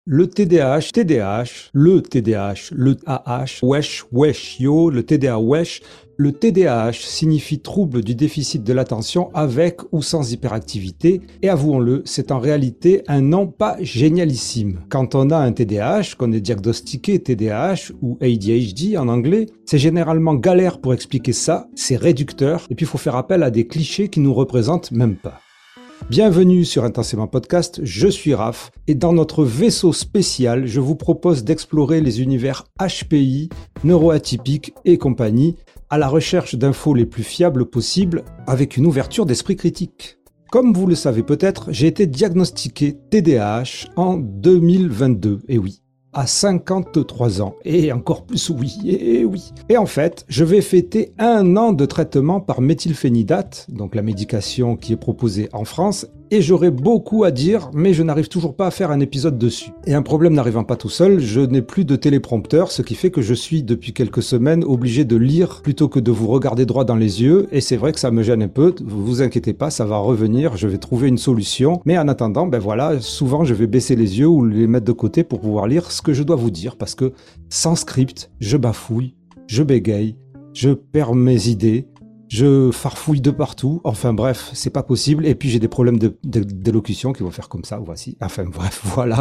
Le TDAH, le TDAH, le AH, wesh, yo, le TDAH, wesh. Le TDAH signifie trouble du déficit de l'attention avec ou sans hyperactivité et avouons-le, c'est en réalité un nom pas génialissime. Quand on a un TDAH, qu'on est diagnostiqué TDAH ou ADHD en anglais, c'est généralement galère pour expliquer ça, c'est réducteur et puis il faut faire appel à des clichés qui nous représentent même pas. Bienvenue sur Intensément Podcast, je suis Raph et dans notre vaisseau spécial, je vous propose d'explorer les univers HPI, neuroatypiques et compagnie à la recherche d'infos les plus fiables possibles avec une ouverture d'esprit critique. Comme vous le savez peut-être, j'ai été diagnostiqué TDAH en 2022, et oui, à 53 ans, et encore plus oui. Et en fait, je vais fêter 1 an de traitement par méthylphénidate, donc la médication qui est proposée en France, et j'aurais beaucoup à dire, mais je n'arrive toujours pas à faire un épisode dessus. Et un problème n'arrivant pas tout seul, je n'ai plus de téléprompteur, ce qui fait que je suis depuis quelques semaines obligé de lire plutôt que de vous regarder droit dans les yeux, et c'est vrai que ça me gêne un peu, vous inquiétez pas, ça va revenir, je vais trouver une solution, mais en attendant, souvent je vais baisser les yeux ou les mettre de côté pour pouvoir lire ce que je dois vous dire, parce que sans script, je bafouille, je bégaye, je perds mes idées, je farfouille de partout, enfin bref, c'est pas possible, et puis j'ai des problèmes d'élocution qui vont faire comme ça, voici, enfin bref, voilà.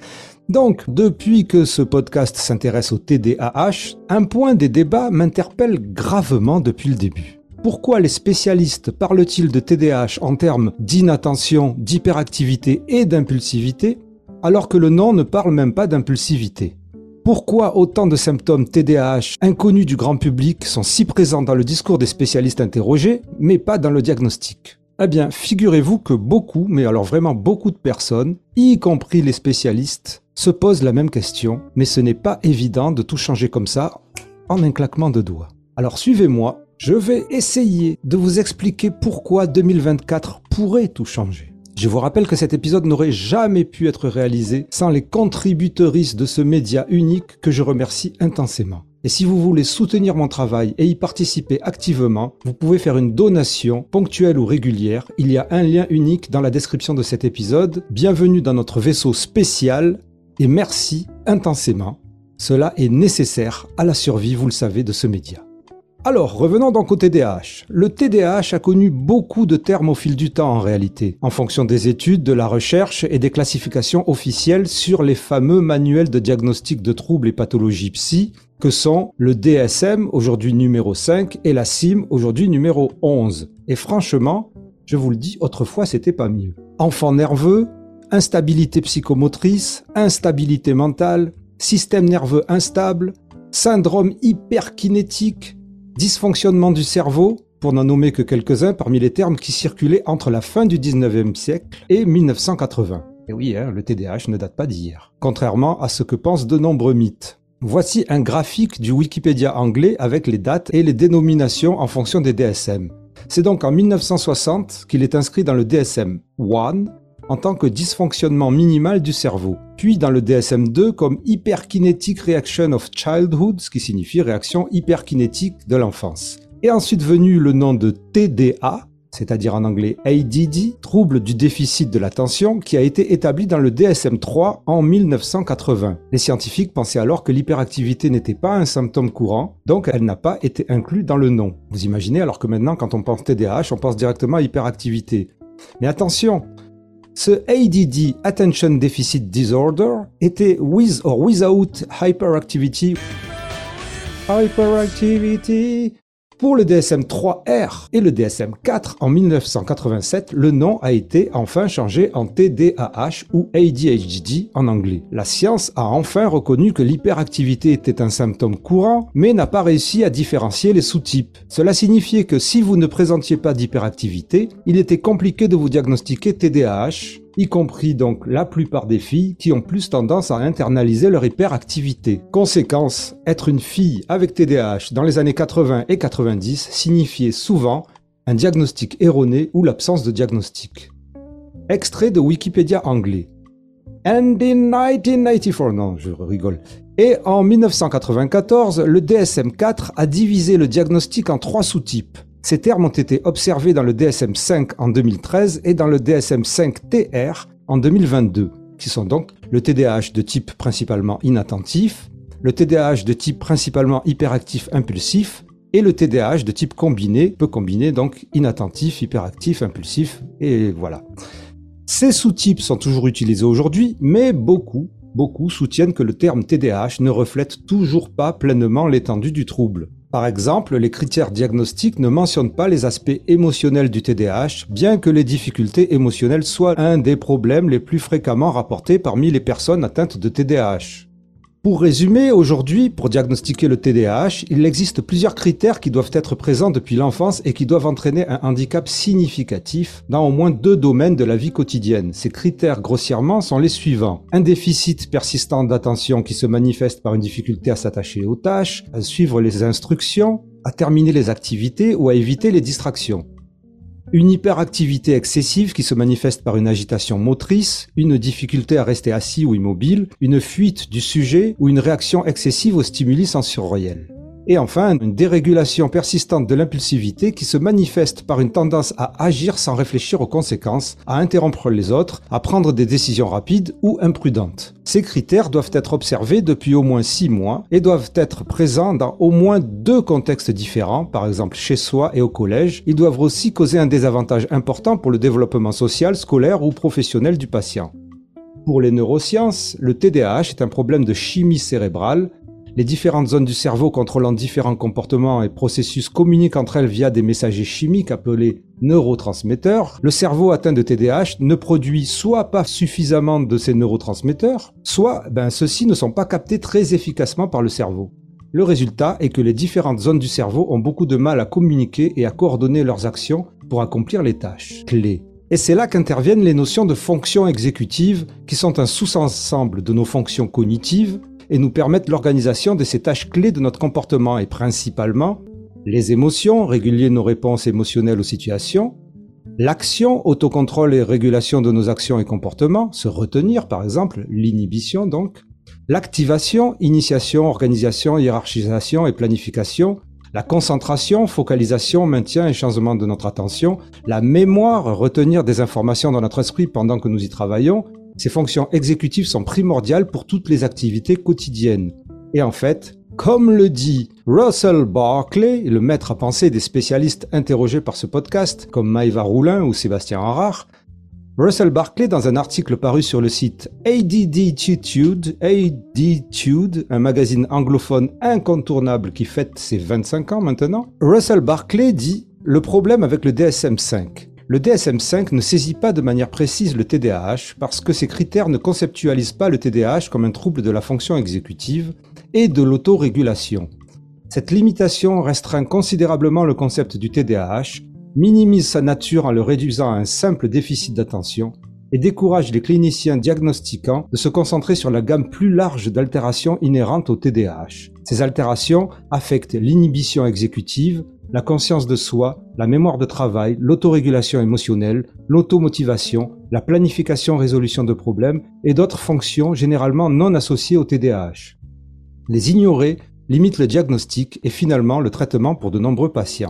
Donc, depuis que ce podcast s'intéresse au TDAH, un point des débats m'interpelle gravement depuis le début. Pourquoi les spécialistes parlent-ils de TDAH en termes d'inattention, d'hyperactivité et d'impulsivité, alors que le nom ne parle même pas d'impulsivité ? Pourquoi autant de symptômes TDAH inconnus du grand public sont si présents dans le discours des spécialistes interrogés, mais pas dans le diagnostic ? Eh bien, figurez-vous que beaucoup, mais alors vraiment beaucoup de personnes, y compris les spécialistes, se posent la même question, mais ce n'est pas évident de tout changer comme ça, en un claquement de doigts. Alors suivez-moi, je vais essayer de vous expliquer pourquoi 2024 pourrait tout changer. Je vous rappelle que cet épisode n'aurait jamais pu être réalisé sans les contributrices de ce média unique que je remercie intensément. Et si vous voulez soutenir mon travail et y participer activement, vous pouvez faire une donation, ponctuelle ou régulière. Il y a un lien unique dans la description de cet épisode. Bienvenue dans notre vaisseau spécial et merci intensément. Cela est nécessaire à la survie, vous le savez, de ce média. Alors, revenons donc au TDAH. Le TDAH a connu beaucoup de termes au fil du temps en réalité, en fonction des études, de la recherche et des classifications officielles sur les fameux manuels de diagnostic de troubles et pathologies psy, que sont le DSM, aujourd'hui numéro 5, et la CIM, aujourd'hui numéro 11. Et franchement, je vous le dis, autrefois c'était pas mieux. Enfant nerveux, instabilité psychomotrice, instabilité mentale, système nerveux instable, syndrome hyperkinétique, dysfonctionnement du cerveau, pour n'en nommer que quelques-uns parmi les termes qui circulaient entre la fin du 19e siècle et 1980. Et oui, le TDAH ne date pas d'hier, contrairement à ce que pensent de nombreux mythes. Voici un graphique du Wikipédia anglais avec les dates et les dénominations en fonction des DSM. C'est donc en 1960 qu'il est inscrit dans le DSM 1 en tant que dysfonctionnement minimal du cerveau, puis dans le DSM-2 comme Hyperkinetic Reaction of Childhood, ce qui signifie réaction hyperkinétique de l'enfance. Et ensuite venu le nom de TDA, c'est-à-dire en anglais ADD, trouble du déficit de l'attention, qui a été établi dans le DSM-3 en 1980. Les scientifiques pensaient alors que l'hyperactivité n'était pas un symptôme courant, donc elle n'a pas été inclue dans le nom. Vous imaginez, alors que maintenant quand on pense TDAH, on pense directement à hyperactivité. Mais attention, ce ADD, Attention Deficit Disorder, était with or without hyperactivity. Pour le DSM-3R et le DSM-4 en 1987, le nom a été enfin changé en TDAH ou ADHD en anglais. La science a enfin reconnu que l'hyperactivité était un symptôme courant, mais n'a pas réussi à différencier les sous-types. Cela signifiait que si vous ne présentiez pas d'hyperactivité, il était compliqué de vous diagnostiquer TDAH, y compris donc la plupart des filles qui ont plus tendance à internaliser leur hyperactivité. Conséquence, être une fille avec TDAH dans les années 80 et 90 signifiait souvent un diagnostic erroné ou l'absence de diagnostic. Extrait de Wikipédia anglais. And in 1994, non, je rigole. Et en 1994, le DSM-4 a divisé le diagnostic en 3 sous-types. Ces termes ont été observés dans le DSM-5 en 2013 et dans le DSM-5 TR en 2022, qui sont donc le TDAH de type principalement inattentif, le TDAH de type principalement hyperactif impulsif et le TDAH de type combiné, peut combiner donc inattentif, hyperactif, impulsif, et voilà. Ces sous-types sont toujours utilisés aujourd'hui, mais beaucoup soutiennent que le terme TDAH ne reflète toujours pas pleinement l'étendue du trouble. Par exemple, les critères diagnostiques ne mentionnent pas les aspects émotionnels du TDAH, bien que les difficultés émotionnelles soient un des problèmes les plus fréquemment rapportés parmi les personnes atteintes de TDAH. Pour résumer, aujourd'hui, pour diagnostiquer le TDAH, il existe plusieurs critères qui doivent être présents depuis l'enfance et qui doivent entraîner un handicap significatif dans au moins 2 domaines de la vie quotidienne. Ces critères, grossièrement, sont les suivants. Un déficit persistant d'attention qui se manifeste par une difficulté à s'attacher aux tâches, à suivre les instructions, à terminer les activités ou à éviter les distractions. Une hyperactivité excessive qui se manifeste par une agitation motrice, une difficulté à rester assis ou immobile, une fuite du sujet ou une réaction excessive aux stimuli sensoriels. Et enfin, une dérégulation persistante de l'impulsivité qui se manifeste par une tendance à agir sans réfléchir aux conséquences, à interrompre les autres, à prendre des décisions rapides ou imprudentes. Ces critères doivent être observés depuis au moins 6 mois et doivent être présents dans au moins 2 contextes différents, par exemple chez soi et au collège. Ils doivent aussi causer un désavantage important pour le développement social, scolaire ou professionnel du patient. Pour les neurosciences, le TDAH est un problème de chimie cérébrale. Les différentes zones du cerveau contrôlant différents comportements et processus communiquent entre elles via des messagers chimiques appelés neurotransmetteurs. Le cerveau atteint de TDAH ne produit soit pas suffisamment de ces neurotransmetteurs, soit ceux-ci ne sont pas captés très efficacement par le cerveau. Le résultat est que les différentes zones du cerveau ont beaucoup de mal à communiquer et à coordonner leurs actions pour accomplir les tâches clés. Et c'est là qu'interviennent les notions de fonctions exécutives qui sont un sous-ensemble de nos fonctions cognitives et nous permettent l'organisation de ces tâches clés de notre comportement et principalement les émotions, réguler nos réponses émotionnelles aux situations, l'action, autocontrôle et régulation de nos actions et comportements, se retenir par exemple, l'inhibition donc, l'activation, initiation, organisation, hiérarchisation et planification, la concentration, focalisation, maintien et changement de notre attention, la mémoire, retenir des informations dans notre esprit pendant que nous y travaillons. Ces fonctions exécutives sont primordiales pour toutes les activités quotidiennes. Et en fait, comme le dit Russell Barkley, le maître à penser des spécialistes interrogés par ce podcast, comme Maëva Roulin ou Sébastien Harard, Russell Barkley, dans un article paru sur le site Additude, un magazine anglophone incontournable qui fête ses 25 ans maintenant, Russell Barkley dit « Le problème avec le DSM-5 ». Le DSM-5 ne saisit pas de manière précise le TDAH parce que ces critères ne conceptualisent pas le TDAH comme un trouble de la fonction exécutive et de l'autorégulation. Cette limitation restreint considérablement le concept du TDAH, minimise sa nature en le réduisant à un simple déficit d'attention et décourage les cliniciens diagnostiquants de se concentrer sur la gamme plus large d'altérations inhérentes au TDAH. Ces altérations affectent l'inhibition exécutive, la conscience de soi, la mémoire de travail, l'autorégulation émotionnelle, l'automotivation, la planification-résolution de problèmes et d'autres fonctions généralement non associées au TDAH. Les ignorer limite le diagnostic et finalement le traitement pour de nombreux patients.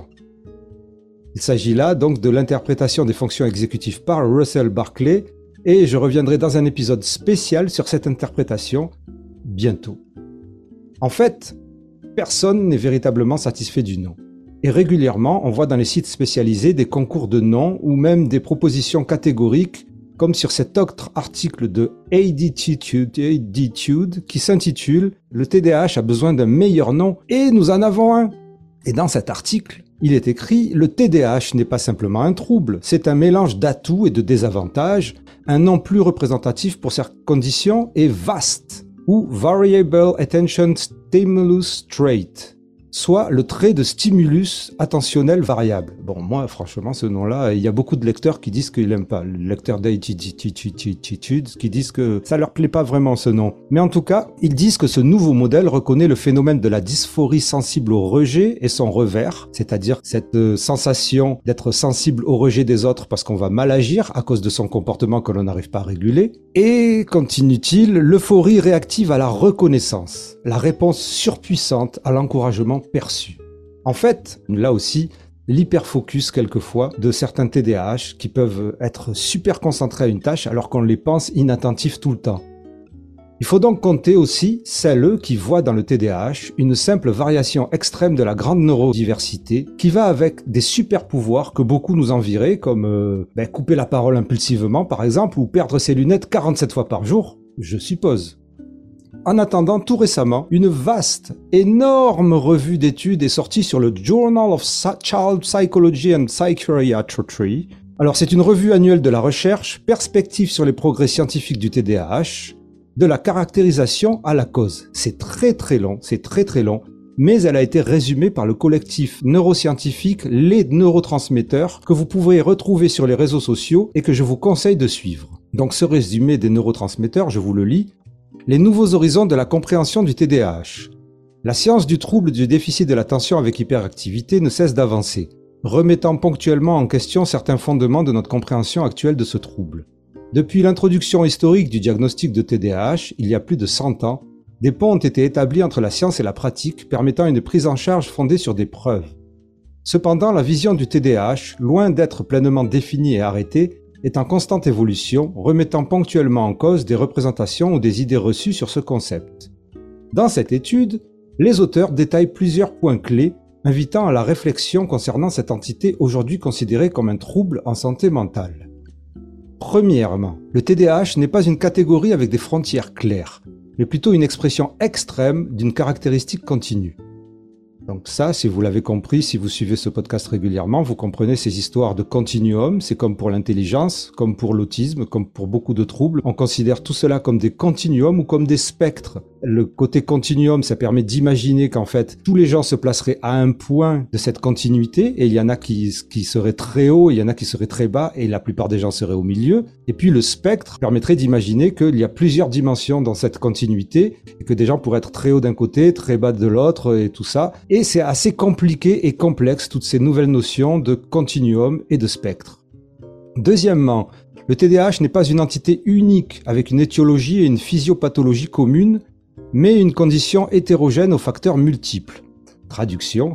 Il s'agit là donc de l'interprétation des fonctions exécutives par Russell Barkley et je reviendrai dans un épisode spécial sur cette interprétation bientôt. En fait, personne n'est véritablement satisfait du nom. Et régulièrement, on voit dans les sites spécialisés des concours de noms ou même des propositions catégoriques, comme sur cet autre article de Additude qui s'intitule « Le TDAH a besoin d'un meilleur nom et nous en avons un ». Et dans cet article, il est écrit « Le TDAH n'est pas simplement un trouble, c'est un mélange d'atouts et de désavantages. Un nom plus représentatif pour cette condition est VAST ou Variable Attention Stimulus Trait ». Soit le trait de stimulus attentionnel variable. Bon, moi, franchement, ce nom-là, il y a beaucoup de lecteurs qui disent qu'ils n'aiment pas. Le lecteur d'Attitude, qui disent que ça leur plaît pas vraiment, ce nom. Mais en tout cas, ils disent que ce nouveau modèle reconnaît le phénomène de la dysphorie sensible au rejet et son revers, c'est-à-dire cette sensation d'être sensible au rejet des autres parce qu'on va mal agir à cause de son comportement que l'on n'arrive pas à réguler. Et, continue-t-il, l'euphorie réactive à la reconnaissance, la réponse surpuissante à l'encouragement perçu. En fait, là aussi, l'hyperfocus quelquefois de certains TDAH qui peuvent être super concentrés à une tâche alors qu'on les pense inattentifs tout le temps. Il faut donc compter aussi celles qui voient dans le TDAH une simple variation extrême de la grande neurodiversité qui va avec des super pouvoirs que beaucoup nous envieraient, comme couper la parole impulsivement par exemple, ou perdre ses lunettes 47 fois par jour, je suppose. En attendant, tout récemment, une vaste, énorme revue d'études est sortie sur le Journal of Child Psychology and Psychiatry. Alors c'est une revue annuelle de la recherche, perspective sur les progrès scientifiques du TDAH, de la caractérisation à la cause. C'est très long, mais elle a été résumée par le collectif neuroscientifique Les Neurotransmetteurs que vous pouvez retrouver sur les réseaux sociaux et que je vous conseille de suivre. Donc ce résumé des neurotransmetteurs, je vous le lis. Les nouveaux horizons de la compréhension du TDAH. La science du trouble du déficit de l'attention avec hyperactivité ne cesse d'avancer, remettant ponctuellement en question certains fondements de notre compréhension actuelle de ce trouble. Depuis l'introduction historique du diagnostic de TDAH, il y a plus de 100 ans, des ponts ont été établis entre la science et la pratique, permettant une prise en charge fondée sur des preuves. Cependant, la vision du TDAH, loin d'être pleinement définie et arrêtée, est en constante évolution, remettant ponctuellement en cause des représentations ou des idées reçues sur ce concept. Dans cette étude, les auteurs détaillent plusieurs points clés, invitant à la réflexion concernant cette entité aujourd'hui considérée comme un trouble en santé mentale. Premièrement, le TDAH n'est pas une catégorie avec des frontières claires, mais plutôt une expression extrême d'une caractéristique continue. Donc ça, si vous l'avez compris, si vous suivez ce podcast régulièrement, vous comprenez ces histoires de continuum, c'est comme pour l'intelligence, comme pour l'autisme, comme pour beaucoup de troubles. On considère tout cela comme des continuums ou comme des spectres. Le côté continuum, ça permet d'imaginer qu'en fait, tous les gens se placeraient à un point de cette continuité, et il y en a qui seraient très hauts, il y en a qui seraient très bas, et la plupart des gens seraient au milieu. Et puis le spectre permettrait d'imaginer qu'il y a plusieurs dimensions dans cette continuité, et que des gens pourraient être très hauts d'un côté, très bas de l'autre, et tout ça. Et c'est assez compliqué et complexe, toutes ces nouvelles notions de continuum et de spectre. Deuxièmement, le TDAH n'est pas une entité unique avec une étiologie et une physiopathologie communes, mais une condition hétérogène aux facteurs multiples. Traduction,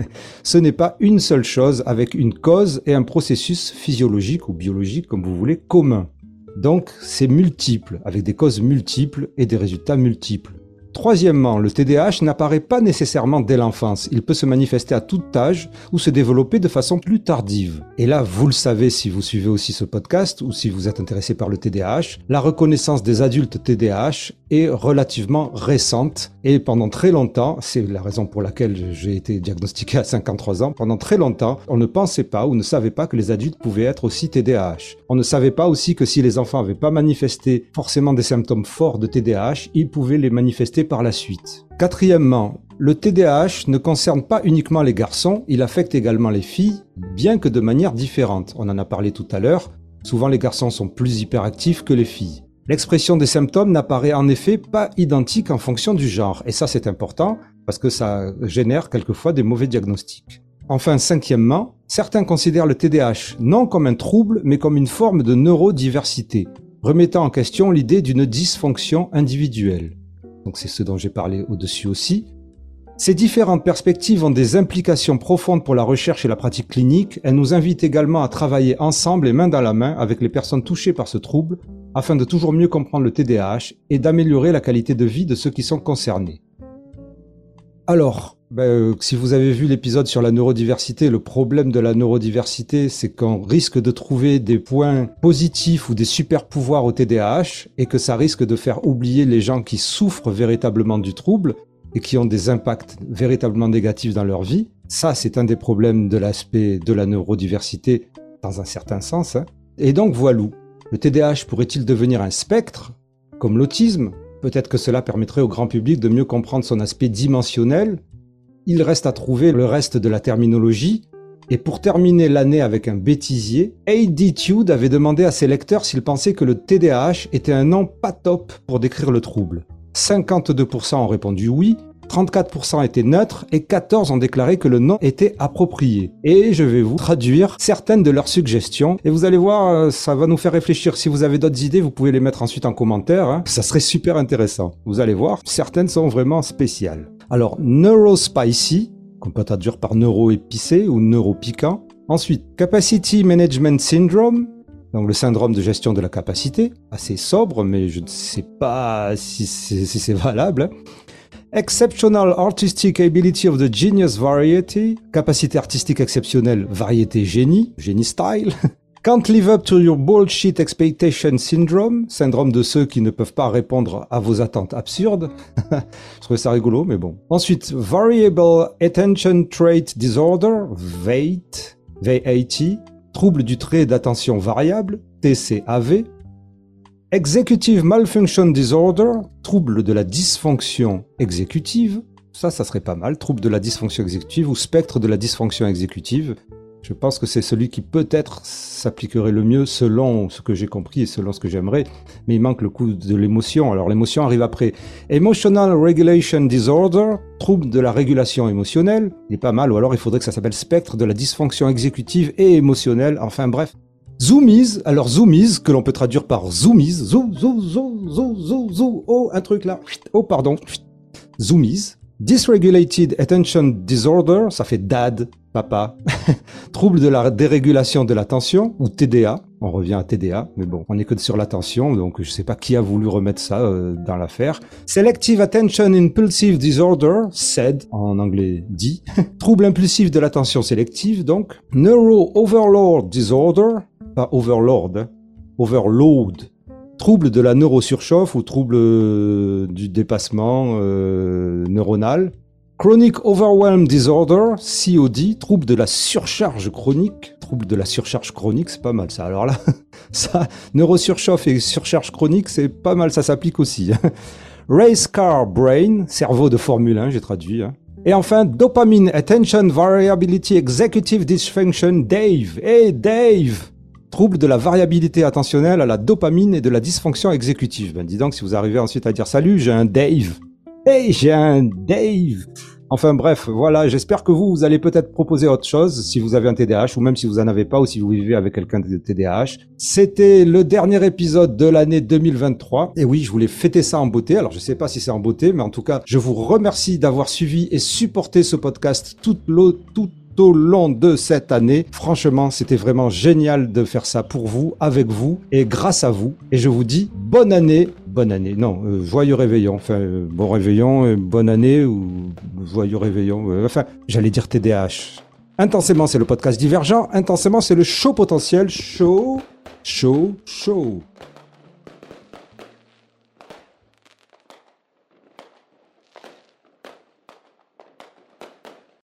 ce n'est pas une seule chose avec une cause et un processus physiologique ou biologique, comme vous voulez, commun. Donc, c'est multiple, avec des causes multiples et des résultats multiples. Troisièmement, le TDAH n'apparaît pas nécessairement dès l'enfance. Il peut se manifester à tout âge ou se développer de façon plus tardive. Et là, vous le savez si vous suivez aussi ce podcast ou si vous êtes intéressé par le TDAH, la reconnaissance des adultes TDAH est relativement récente. Et pendant très longtemps, c'est la raison pour laquelle j'ai été diagnostiqué à 53 ans, pendant très longtemps, on ne pensait pas ou ne savait pas que les adultes pouvaient être aussi TDAH. On ne savait pas aussi que si les enfants n'avaient pas manifesté forcément des symptômes forts de TDAH, ils pouvaient les manifester par la suite. Quatrièmement, le TDAH ne concerne pas uniquement les garçons, il affecte également les filles, bien que de manière différente. On en a parlé tout à l'heure, souvent les garçons sont plus hyperactifs que les filles. L'expression des symptômes n'apparaît en effet pas identique en fonction du genre, et ça c'est important parce que ça génère quelquefois des mauvais diagnostics. Enfin, cinquièmement, certains considèrent le TDAH non comme un trouble, mais comme une forme de neurodiversité, remettant en question l'idée d'une dysfonction individuelle. Donc c'est ce dont j'ai parlé au-dessus aussi. Ces différentes perspectives ont des implications profondes pour la recherche et la pratique clinique. Elles nous invitent également à travailler ensemble et main dans la main avec les personnes touchées par ce trouble, afin de toujours mieux comprendre le TDAH et d'améliorer la qualité de vie de ceux qui sont concernés. Alors, si vous avez vu l'épisode sur la neurodiversité, le problème de la neurodiversité, c'est qu'on risque de trouver des points positifs ou des super pouvoirs au TDAH et que ça risque de faire oublier les gens qui souffrent véritablement du trouble et qui ont des impacts véritablement négatifs dans leur vie. Ça, c'est un des problèmes de l'aspect de la neurodiversité dans un certain sens. Et donc, voilou. Le TDAH pourrait-il devenir un spectre, comme l'autisme ? Peut-être que cela permettrait au grand public de mieux comprendre son aspect dimensionnel. Il reste à trouver le reste de la terminologie. Et pour terminer l'année avec un bêtisier, ADtude avait demandé à ses lecteurs s'ils pensaient que le TDAH était un nom pas top pour décrire le trouble. 52% ont répondu oui, 34% étaient neutres et 14% ont déclaré que le nom était approprié. Et je vais vous traduire certaines de leurs suggestions et vous allez voir, ça va nous faire réfléchir. Si vous avez d'autres idées, vous pouvez les mettre ensuite en commentaire. Ça serait super intéressant. Vous allez voir, certaines sont vraiment spéciales. Alors, neurospicy, qu'on peut traduire par neuro-épicé ou neuropiquant. Ensuite, capacity management syndrome, Donc le syndrome de gestion de la capacité, assez sobre, mais je ne sais pas si c'est valable. Exceptional artistic ability of the genius variety, capacité artistique exceptionnelle, variété génie, génie style. Can't live up to your bullshit expectation syndrome, syndrome de ceux qui ne peuvent pas répondre à vos attentes absurdes. Je trouvais ça rigolo, mais bon. Ensuite, variable attention trait disorder, VAT, VAT, trouble du trait d'attention variable, TCAV. Executive malfunction disorder, trouble de la dysfonction exécutive. Ça serait pas mal, trouble de la dysfonction exécutive ou spectre de la dysfonction exécutive. Je pense que c'est celui qui peut-être s'appliquerait le mieux selon ce que j'ai compris et selon ce que j'aimerais, mais il manque le coup de l'émotion. Alors l'émotion arrive après. Emotional Regulation Disorder, trouble de la régulation émotionnelle, il est pas mal, ou alors il faudrait que ça s'appelle spectre de la dysfonction exécutive et émotionnelle, enfin bref. Zoomies, alors zoomies, que l'on peut traduire par zoomies, oh, un truc là, oh pardon, zoomies. Dysregulated Attention Disorder, ça fait DAD, papa. Trouble de la dérégulation de l'attention, ou TDA. On revient à TDA, mais bon, on n'est que sur l'attention, donc je sais pas qui a voulu remettre ça dans l'affaire. Selective Attention Impulsive Disorder, SAID, en anglais dit. Trouble impulsif de l'attention sélective, donc. Neuro Overload Disorder, pas Overlord, hein. Overload. Trouble de la neurosurchauffe ou trouble du dépassement neuronal. Chronic Overwhelm Disorder, COD, trouble de la surcharge chronique. Trouble de la surcharge chronique, c'est pas mal ça. Alors là, ça, neurosurchauffe et surcharge chronique, c'est pas mal, ça s'applique aussi. Race Car Brain, cerveau de Formule 1, j'ai traduit. Et enfin, Dopamine Attention Variability Executive Dysfunction, Dave. Hey Dave! Trouble de la variabilité attentionnelle à la dopamine et de la dysfonction exécutive. Ben dis donc, si vous arrivez ensuite à dire « Salut, j'ai un Dave ». Hey, j'ai un Dave. Enfin bref, voilà, j'espère que vous allez peut-être proposer autre chose si vous avez un TDAH ou même si vous en avez pas ou si vous vivez avec quelqu'un de TDAH. C'était le dernier épisode de l'année 2023. Et oui, je voulais fêter ça en beauté. Alors je sais pas si c'est en beauté, mais en tout cas, je vous remercie d'avoir suivi et supporté ce podcast tout au long de cette année. Franchement, c'était vraiment génial de faire ça pour vous, avec vous et grâce à vous. Et je vous dis bonne année, joyeux réveillon. Enfin, bon réveillon, bonne année ou joyeux réveillon. Enfin, j'allais dire TDAH. Intensément, c'est le podcast Divergent. Intensément, c'est le show potentiel. Show.